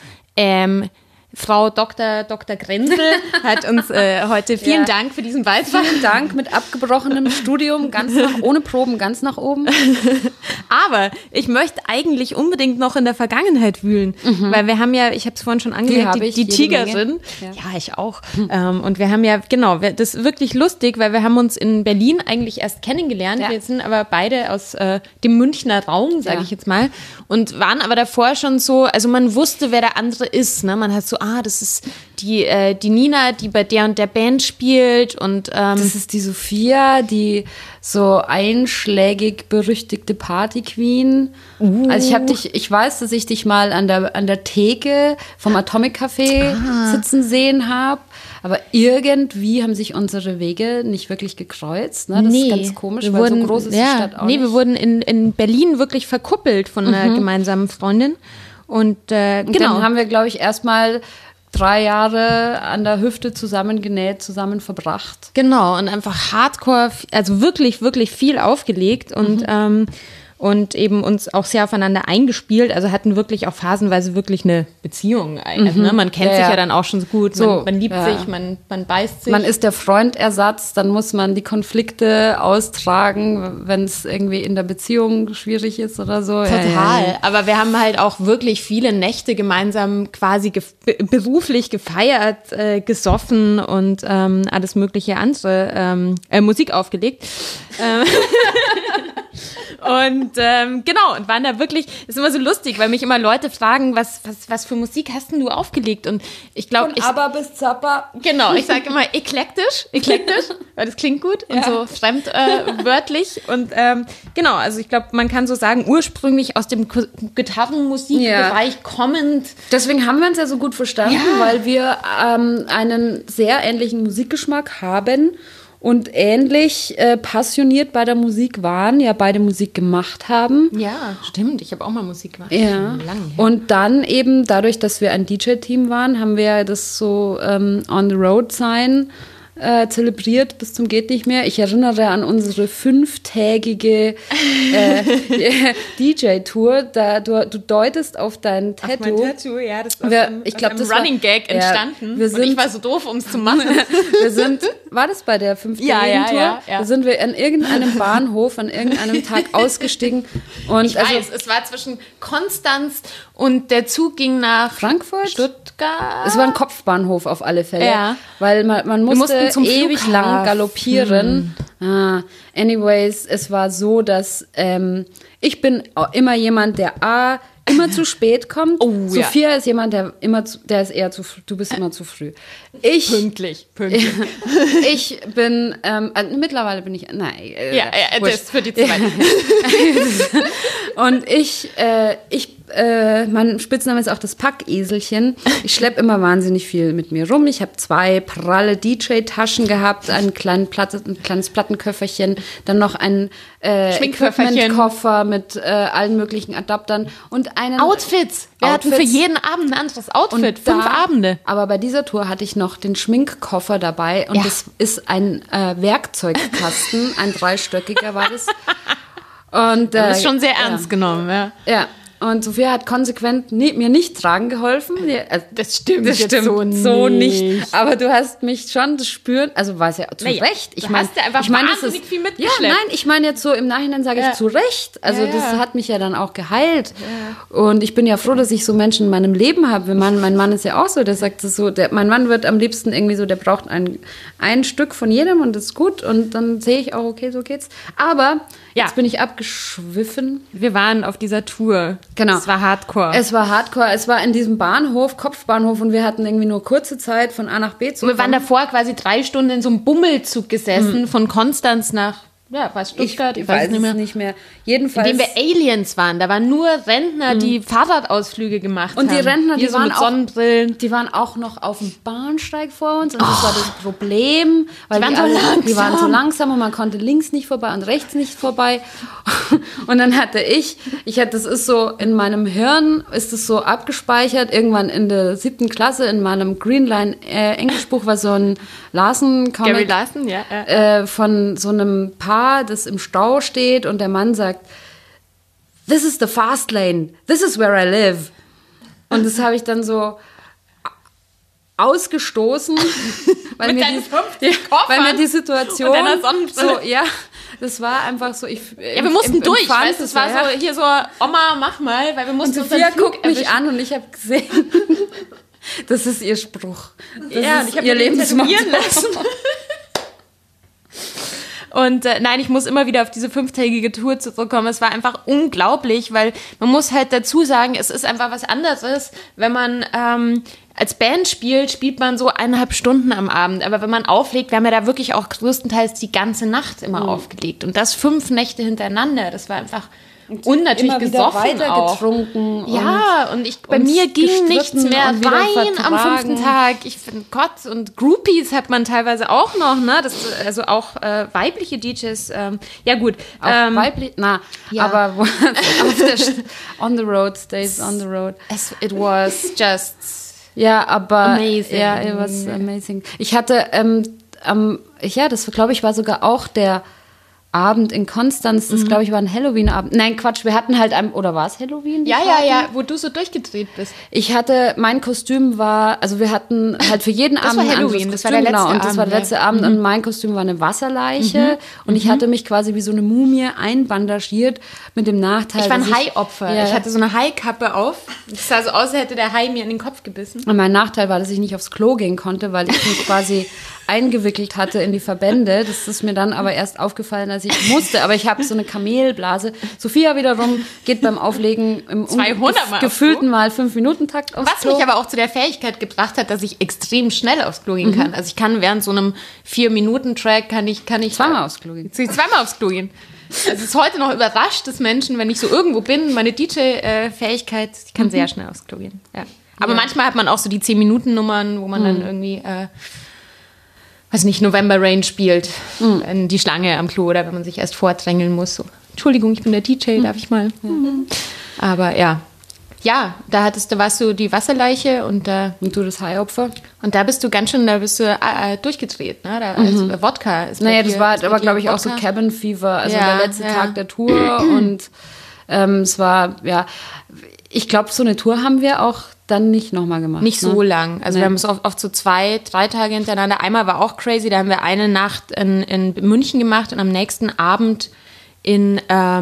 Speaker 1: Frau Dr. Grenzel hat uns heute vielen Dank für diesen Beitrag.
Speaker 2: Vielen Dank mit abgebrochenem Studium, ohne Proben, ganz nach oben.
Speaker 1: Aber ich möchte eigentlich unbedingt noch in der Vergangenheit wühlen, weil wir haben ja, ich habe es vorhin schon angemerkt, die Tigerin. Ja, ich auch. Und wir haben ja, genau, das ist wirklich lustig, weil wir haben uns in Berlin eigentlich erst kennengelernt. Ja. Wir sind aber beide aus dem Münchner Raum, sage ich jetzt mal, und waren aber davor schon so, also man wusste, wer der andere ist. Ne? Man hat so, das ist die Nina, die bei der und der Band spielt und
Speaker 2: das ist die Sophia, die so einschlägig berüchtigte Party-Queen. Also ich weiß, dass ich dich mal an der Theke vom Atomic Café sitzen sehen habe, aber irgendwie haben sich unsere Wege nicht wirklich gekreuzt. Ne? Das ist ganz komisch, weil so groß ist die Stadt auch nicht.
Speaker 1: Wir wurden in Berlin wirklich verkuppelt von einer gemeinsamen Freundin. Und genau.
Speaker 2: Dann haben wir, glaube ich, erstmal 3 Jahre an der Hüfte zusammengenäht, zusammen verbracht.
Speaker 1: Genau, und einfach hardcore, also wirklich, wirklich viel aufgelegt. Und und eben uns auch sehr aufeinander eingespielt. Also hatten wirklich auch phasenweise wirklich eine Beziehung. Ne? Man kennt sich ja dann auch schon so gut, man liebt sich, man beißt sich.
Speaker 2: Man ist der Freundersatz, dann muss man die Konflikte austragen, wenn es irgendwie in der Beziehung schwierig ist oder so.
Speaker 1: Total, aber wir haben halt auch wirklich viele Nächte gemeinsam quasi beruflich gefeiert, gesoffen und alles mögliche andere Musik aufgelegt. Und genau, und waren da wirklich, ist immer so lustig, weil mich immer Leute fragen, was für Musik hast denn du aufgelegt? Und ich glaube,
Speaker 2: von ABBA bis Zappa.
Speaker 1: Genau, ich sage immer eklektisch, weil das klingt gut und so fremdwörtlich. Und genau, also ich glaube, man kann so sagen, ursprünglich aus dem Gitarrenmusikbereich kommend.
Speaker 2: Deswegen haben wir uns ja so gut verstanden, weil wir einen sehr ähnlichen Musikgeschmack haben. Und ähnlich passioniert bei der Musik waren, ja beide Musik gemacht haben.
Speaker 1: Ja, stimmt. Ich habe auch mal Musik gemacht.
Speaker 2: Ja. Und dann eben dadurch, dass wir ein DJ-Team waren, haben wir das so on the road sein zelebriert bis zum geht nicht mehr. Ich erinnere an unsere 5-tägige DJ-Tour. Du deutest auf dein Tattoo.
Speaker 1: Auf mein Tattoo, ja, das war ich glaube, das Running Gag entstanden. Und ich war so doof, um es zu machen.
Speaker 2: War das bei der 5-tägigen Tour?
Speaker 1: Ja.
Speaker 2: Da sind wir an irgendeinem Bahnhof an irgendeinem Tag ausgestiegen. Und
Speaker 1: ich weiß, es war zwischen Konstanz und der Zug ging nach
Speaker 2: Frankfurt?
Speaker 1: Stuttgart.
Speaker 2: Es war ein Kopfbahnhof auf alle Fälle, weil man musste ewig lang galoppieren. Anyways, es war so, dass ich bin immer jemand, der immer zu spät kommt. Sophia ist jemand, der ist eher zu früh. Du bist immer zu früh.
Speaker 1: Pünktlich.
Speaker 2: Ich bin, mittlerweile bin ich,
Speaker 1: das ist für die Zeit.
Speaker 2: Und mein Spitzname ist auch das Packeselchen. Ich schleppe immer wahnsinnig viel mit mir rum. Ich habe 2 pralle DJ-Taschen gehabt, ein kleines Plattenköfferchen, dann noch einen Equipment-Koffer mit allen möglichen Adaptern und einen
Speaker 1: Outfits. Wir hatten für jeden Abend ein anderes Outfit. 5 Abende.
Speaker 2: Aber bei dieser Tour hatte ich noch den Schminkkoffer dabei und das ist ein Werkzeugkasten, ein 3-stöckiger war das. Und
Speaker 1: das ist schon sehr ernst genommen,
Speaker 2: Ja. Und Sophia hat konsequent mir nicht tragen geholfen.
Speaker 1: Das stimmt
Speaker 2: so nicht. Aber du hast mich schon das Spüren, also war es ja zu Recht.
Speaker 1: Du hast ja einfach wahnsinnig viel mitgeschleppt.
Speaker 2: Ja, nein, ich meine jetzt so im Nachhinein sage ich zu Recht. Also das hat mich ja dann auch geheilt. Ja. Und ich bin ja froh, dass ich so Menschen in meinem Leben habe. Mein Mann ist ja auch so, der sagt es so, mein Mann wird am liebsten irgendwie so, der braucht ein Stück von jedem und das ist gut. Und dann sehe ich auch, okay, so geht's. Aber jetzt bin ich abgeschwiffen.
Speaker 1: Wir waren auf dieser Tour.
Speaker 2: Genau.
Speaker 1: Es war Hardcore.
Speaker 2: Es war in diesem Kopfbahnhof, und wir hatten irgendwie nur kurze Zeit von A nach B zu kommen.
Speaker 1: Wir waren davor quasi 3 Stunden in so einem Bummelzug gesessen, von Konstanz nach, was, Stuttgart?
Speaker 2: Ich weiß es nicht mehr. Jedenfalls.
Speaker 1: In dem wir Aliens waren. Da waren nur Rentner, die Fahrradausflüge gemacht haben.
Speaker 2: Und die Rentner, die waren
Speaker 1: mit Sonnenbrillen.
Speaker 2: Die waren auch noch auf dem Bahnsteig vor uns. Und das war das Problem. Weil
Speaker 1: die
Speaker 2: waren so langsam und man konnte links nicht vorbei und rechts nicht vorbei. Und dann hatte das ist so, in meinem Hirn ist es so abgespeichert. Irgendwann in der 7. Klasse in meinem Greenline Englischbuch war so ein Larsen-Comic.
Speaker 1: Gary Larson, ja.
Speaker 2: Von so einem Paar, das im Stau steht und der Mann sagt, "This is the fast lane. This is where I live." Und das habe ich dann so ausgestoßen, weil mir die Situation so, das war einfach so,
Speaker 1: wir mussten durch, weißt, das war so, hier so, Oma, mach mal, weil wir mussten
Speaker 2: uns Sophia guckt mich an und ich habe gesehen, das ist ihr Spruch. Das ist
Speaker 1: ich habe
Speaker 2: ihr
Speaker 1: Lebensmotto lassen. Und nein, ich muss immer wieder auf diese 5-tägige Tour zurückkommen. Es war einfach unglaublich, weil man muss halt dazu sagen, es ist einfach was anderes, wenn man als Band spielt man so 1,5 Stunden am Abend. Aber wenn man auflegt, wir haben ja da wirklich auch größtenteils die ganze Nacht immer aufgelegt. Und das 5 Nächte hintereinander. Das war einfach... Und natürlich immer gesoffen
Speaker 2: weiter
Speaker 1: auch.
Speaker 2: Getrunken.
Speaker 1: Ja, und bei mir ging nichts mehr rein am 5. Tag. Ich finde Gott, und Groupies hat man teilweise auch noch, ne? Also auch weibliche DJs. Ja gut.
Speaker 2: Auch weiblich? Aber auf der on the road, stays on the road.
Speaker 1: It was just
Speaker 2: amazing. Ja, it was amazing. Ich hatte, das glaube ich war sogar auch der Abend in Konstanz, das glaube ich war ein Halloween-Abend. Nein, Quatsch, wir hatten halt oder war es Halloween?
Speaker 1: Ja, wo du so durchgedreht bist.
Speaker 2: Mein Kostüm war, also wir hatten halt für jeden Abend
Speaker 1: ein anderes Kostüm. Das war der letzte Abend.
Speaker 2: Und das war der letzte Abend und mein Kostüm war eine Wasserleiche und ich hatte mich quasi wie so eine Mumie einbandagiert mit dem Nachteil,
Speaker 1: ich war ein Haiopfer. Ja. Ich hatte so eine Haikappe auf. Es sah so aus, als hätte der Hai mir in den Kopf gebissen.
Speaker 2: Und mein Nachteil war, dass ich nicht aufs Klo gehen konnte, weil ich mich quasi eingewickelt hatte in die Verbände. Das ist mir dann aber erst aufgefallen, als ich musste. Aber ich habe so eine Kamelblase. Sophia wiederum geht beim Auflegen im gefühlten Mal 5-Minuten-Takt aufs Klo.
Speaker 1: Was mich aber auch zu der Fähigkeit gebracht hat, dass ich extrem schnell aufs Klo gehen kann. Also ich kann während so einem 4-Minuten-Track kann ich
Speaker 2: zweimal aufs Klo gehen.
Speaker 1: Zweimal aufs Klo gehen. Also es ist heute noch überrascht, dass Menschen, wenn ich so irgendwo bin, meine DJ-Fähigkeit, ich kann sehr schnell aufs Klo gehen. Ja. Aber manchmal hat man auch so die 10-Minuten-Nummern, wo man dann irgendwie weiß nicht, November Rain spielt, die Schlange am Klo oder wenn man sich erst vordrängeln muss. So. Entschuldigung, ich bin der DJ, darf ich mal? Aber ja, da warst du die Wasserleiche und
Speaker 2: du das Haiopfer.
Speaker 1: Und da bist du durchgedreht, ne? Also Wodka ist
Speaker 2: naja, das war aber, glaube ich, auch so Cabin Fever, also der letzte Tag der Tour und es war, ich glaube, so eine Tour haben wir auch dann nicht nochmal gemacht.
Speaker 1: Nicht so lang. Also wir haben es oft so 2-3 Tage hintereinander. Einmal war auch crazy, da haben wir eine Nacht in München gemacht und am nächsten Abend in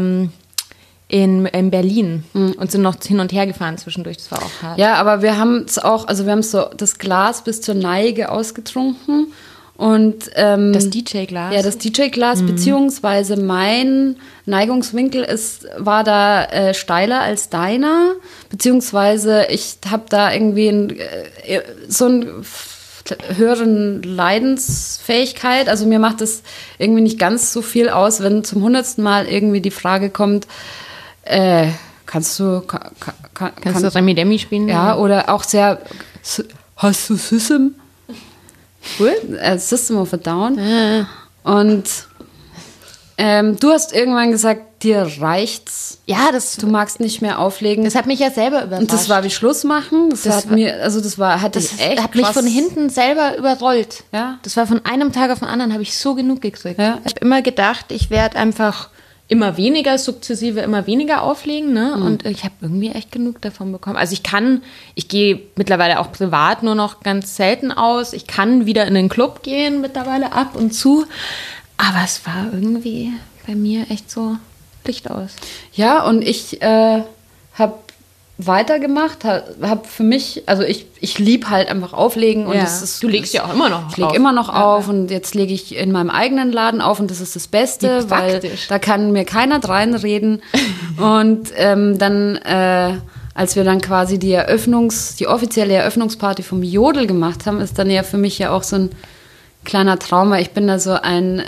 Speaker 1: Berlin und sind noch hin und her gefahren zwischendurch. Das war auch hart.
Speaker 2: Ja, aber wir haben es auch, also wir haben so das Glas bis zur Neige ausgetrunken. Und
Speaker 1: das DJ-Glas?
Speaker 2: Ja, das DJ-Glas, beziehungsweise mein Neigungswinkel war da steiler als deiner, beziehungsweise ich habe da irgendwie so einen höheren Leidensfähigkeit. Also mir macht es irgendwie nicht ganz so viel aus, wenn zum 100. Mal irgendwie die Frage kommt, kannst du
Speaker 1: Remi Demi spielen?
Speaker 2: Ja, oder auch sehr, hast du System? Cool. System of a Down. Und du hast irgendwann gesagt, dir reicht's.
Speaker 1: Ja,
Speaker 2: du magst nicht mehr auflegen.
Speaker 1: Das hat mich ja selber überrascht.
Speaker 2: Und das war wie Schluss machen. Das hat mich
Speaker 1: von hinten selber überrollt.
Speaker 2: Ja.
Speaker 1: Das war von einem Tag auf den anderen, habe ich so genug gekriegt. Ja. Ich habe immer gedacht, ich werde einfach immer weniger sukzessive, immer weniger auflegen, ne? Und ich habe irgendwie echt genug davon bekommen. Also ich gehe mittlerweile auch privat nur noch ganz selten aus. Ich kann wieder in den Club gehen mittlerweile ab und zu. Aber es war irgendwie bei mir echt so Licht aus.
Speaker 2: Ja, und ich habe weitergemacht, habe für mich, also ich liebe halt einfach auflegen. Und das ist,
Speaker 1: du legst ja auch immer noch
Speaker 2: auf. Ich lege immer noch auf und jetzt lege ich in meinem eigenen Laden auf und das ist das Beste, weil da kann mir keiner reinreden. Und dann, als wir dann quasi die offizielle Eröffnungsparty vom Jodel gemacht haben, ist dann ja für mich ja auch so ein kleiner Traum, weil ich bin da so ein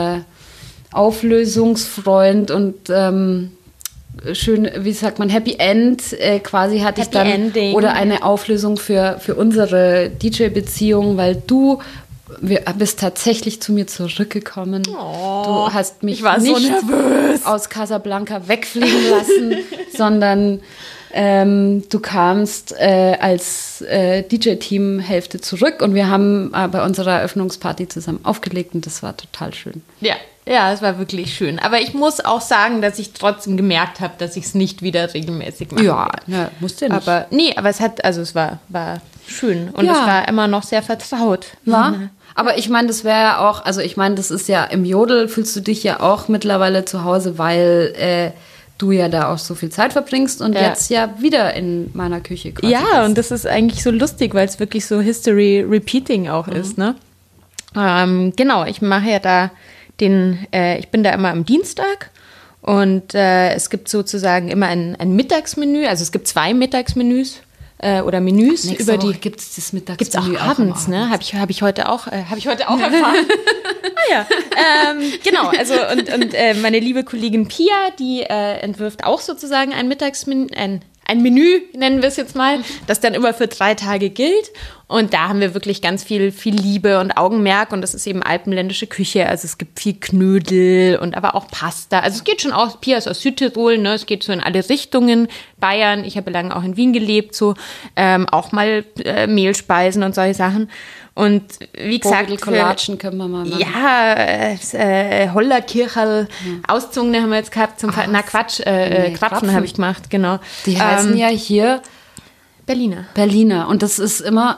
Speaker 2: Auflösungsfreund und schön, wie sagt man, Happy End quasi hatte ich dann
Speaker 1: Ending.
Speaker 2: Oder eine Auflösung für unsere DJ-Beziehung, weil du bist tatsächlich zu mir zurückgekommen.
Speaker 1: Oh,
Speaker 2: du hast mich
Speaker 1: nicht
Speaker 2: so nervös aus Casablanca wegfliegen lassen, sondern du kamst als DJ-Team-Hälfte zurück und wir haben bei unserer Eröffnungsparty zusammen aufgelegt und das war total schön.
Speaker 1: Ja, es war wirklich schön. Aber ich muss auch sagen, dass ich trotzdem gemerkt habe, dass ich es nicht wieder regelmäßig mache.
Speaker 2: Ja, musste nicht.
Speaker 1: Aber es war schön und es war immer noch sehr vertraut.
Speaker 2: Ja. Aber ich meine, das wäre ja auch, also ich meine, das ist ja im Jodel, fühlst du dich ja auch mittlerweile zu Hause, weil du ja da auch so viel Zeit verbringst und jetzt ja wieder in meiner Küche quasi
Speaker 1: bist. Und das ist eigentlich so lustig, weil es wirklich so History Repeating auch ist, ne? Genau, ich mache ja da ich bin da immer am Dienstag und es gibt sozusagen immer ein Mittagsmenü, also es gibt 2 Mittagsmenüs oder Menüs.
Speaker 2: Nächste Woche gibt es das Mittagsmenü
Speaker 1: gibt's auch abends, ne? Habe ich heute auch erfahren. Genau, also und meine liebe Kollegin Pia, die entwirft auch sozusagen ein Mittagsmenü, ein Menü, nennen wir es jetzt mal, das dann immer für 3 Tage gilt. Und da haben wir wirklich ganz viel Liebe und Augenmerk. Und das ist eben alpenländische Küche. Also es gibt viel Knödel und aber auch Pasta. Also es geht schon auch, Pia ist aus Südtirol, ne? Es geht so in alle Richtungen. Bayern, ich habe lange auch in Wien gelebt, so auch mal Mehlspeisen und solche Sachen. Und wie gesagt,
Speaker 2: Collagen können wir mal machen.
Speaker 1: Ja, Hollerkircherl, Auszungene haben wir jetzt gehabt. Krapfen habe ich gemacht, genau.
Speaker 2: Die heißen ja hier Berliner. Und das ist immer,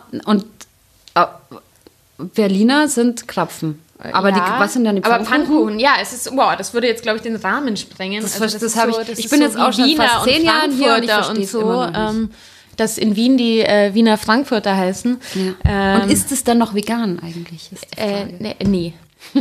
Speaker 2: Berliner sind Krapfen. Aber
Speaker 1: ja,
Speaker 2: was sind dann die Pfannkuchen?
Speaker 1: Aber Pfannkuchen, ja, das würde jetzt, glaube ich, den Rahmen sprengen.
Speaker 2: Ich bin jetzt auch schon fast 10 Jahre hier und ich verstehe es immer noch nicht.
Speaker 1: Dass in Wien die Wiener Frankfurter heißen.
Speaker 2: Ja. Und ist es dann noch vegan eigentlich? Ist die Frage.
Speaker 1: Nee.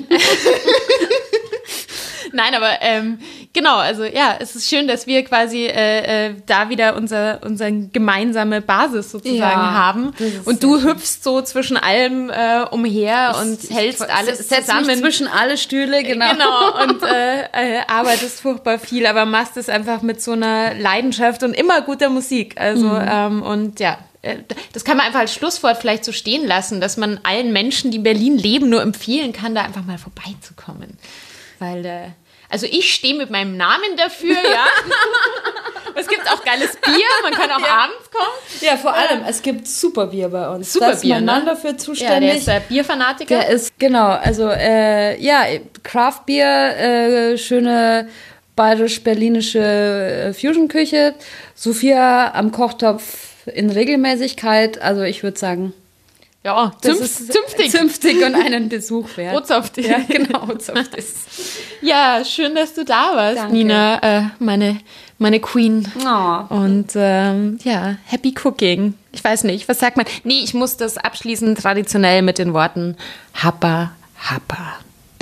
Speaker 1: Nein, aber genau, also ja, es ist schön, dass wir quasi da wieder unsere gemeinsame Basis sozusagen haben. Und du hüpfst so zwischen allem umher und hältst alles zusammen.
Speaker 2: Mich zwischen alle Stühle, genau.
Speaker 1: Genau, und arbeitest furchtbar viel, aber machst es einfach mit so einer Leidenschaft und immer guter Musik. Also, und ja. Das kann man einfach als Schlusswort vielleicht so stehen lassen, dass man allen Menschen, die in Berlin leben, nur empfehlen kann, da einfach mal vorbeizukommen. Weil, also ich stehe mit meinem Namen dafür, ja. Es gibt auch geiles Bier, man kann auch abends kommen.
Speaker 2: Ja, vor allem, es gibt super Bier bei uns.
Speaker 1: Super
Speaker 2: da ist
Speaker 1: Bier,
Speaker 2: mein Mann
Speaker 1: ne?
Speaker 2: dafür zuständig.
Speaker 1: Ja, der ist der Bierfanatiker.
Speaker 2: Der ist, genau, also, Craft Bier, schöne bayerisch-berlinische Fusion-Küche. Sophia am Kochtopf in Regelmäßigkeit, also ich würde sagen,
Speaker 1: ja,
Speaker 2: zünftig und einen Besuch wert.
Speaker 1: Rotzoftig.
Speaker 2: Ja, genau, rotzoftig.
Speaker 1: Ja, schön, dass du da warst,
Speaker 2: Danke.
Speaker 1: Nina, meine Queen.
Speaker 2: Oh.
Speaker 1: Und happy cooking. Ich weiß nicht, was sagt man? Nee, ich muss das abschließen traditionell mit den Worten Happa, Happa.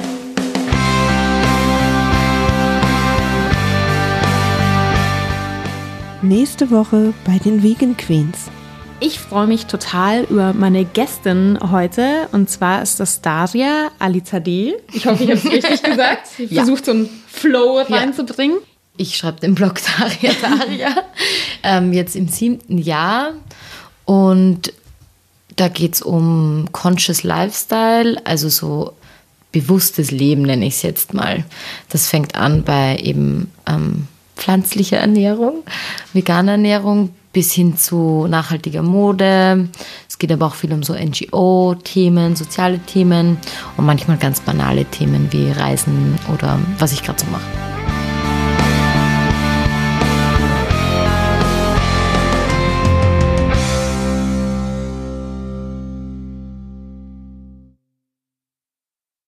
Speaker 3: Nächste Woche bei den Vegan Queens.
Speaker 1: Ich freue mich total über meine Gästin heute. Und zwar ist das Daria Alizadeh. Ich hoffe, ich habe es richtig gesagt. Ich versuche so einen Flow reinzubringen.
Speaker 4: Ich schreibe den Blog Daria. Jetzt im 7. Jahr. Und da geht es um Conscious Lifestyle, also so bewusstes Leben nenne ich es jetzt mal. Das fängt an bei eben pflanzlicher Ernährung, veganer Ernährung bis hin zu nachhaltiger Mode. Es geht aber auch viel um so NGO-Themen, soziale Themen und manchmal ganz banale Themen wie Reisen oder was ich gerade so mache.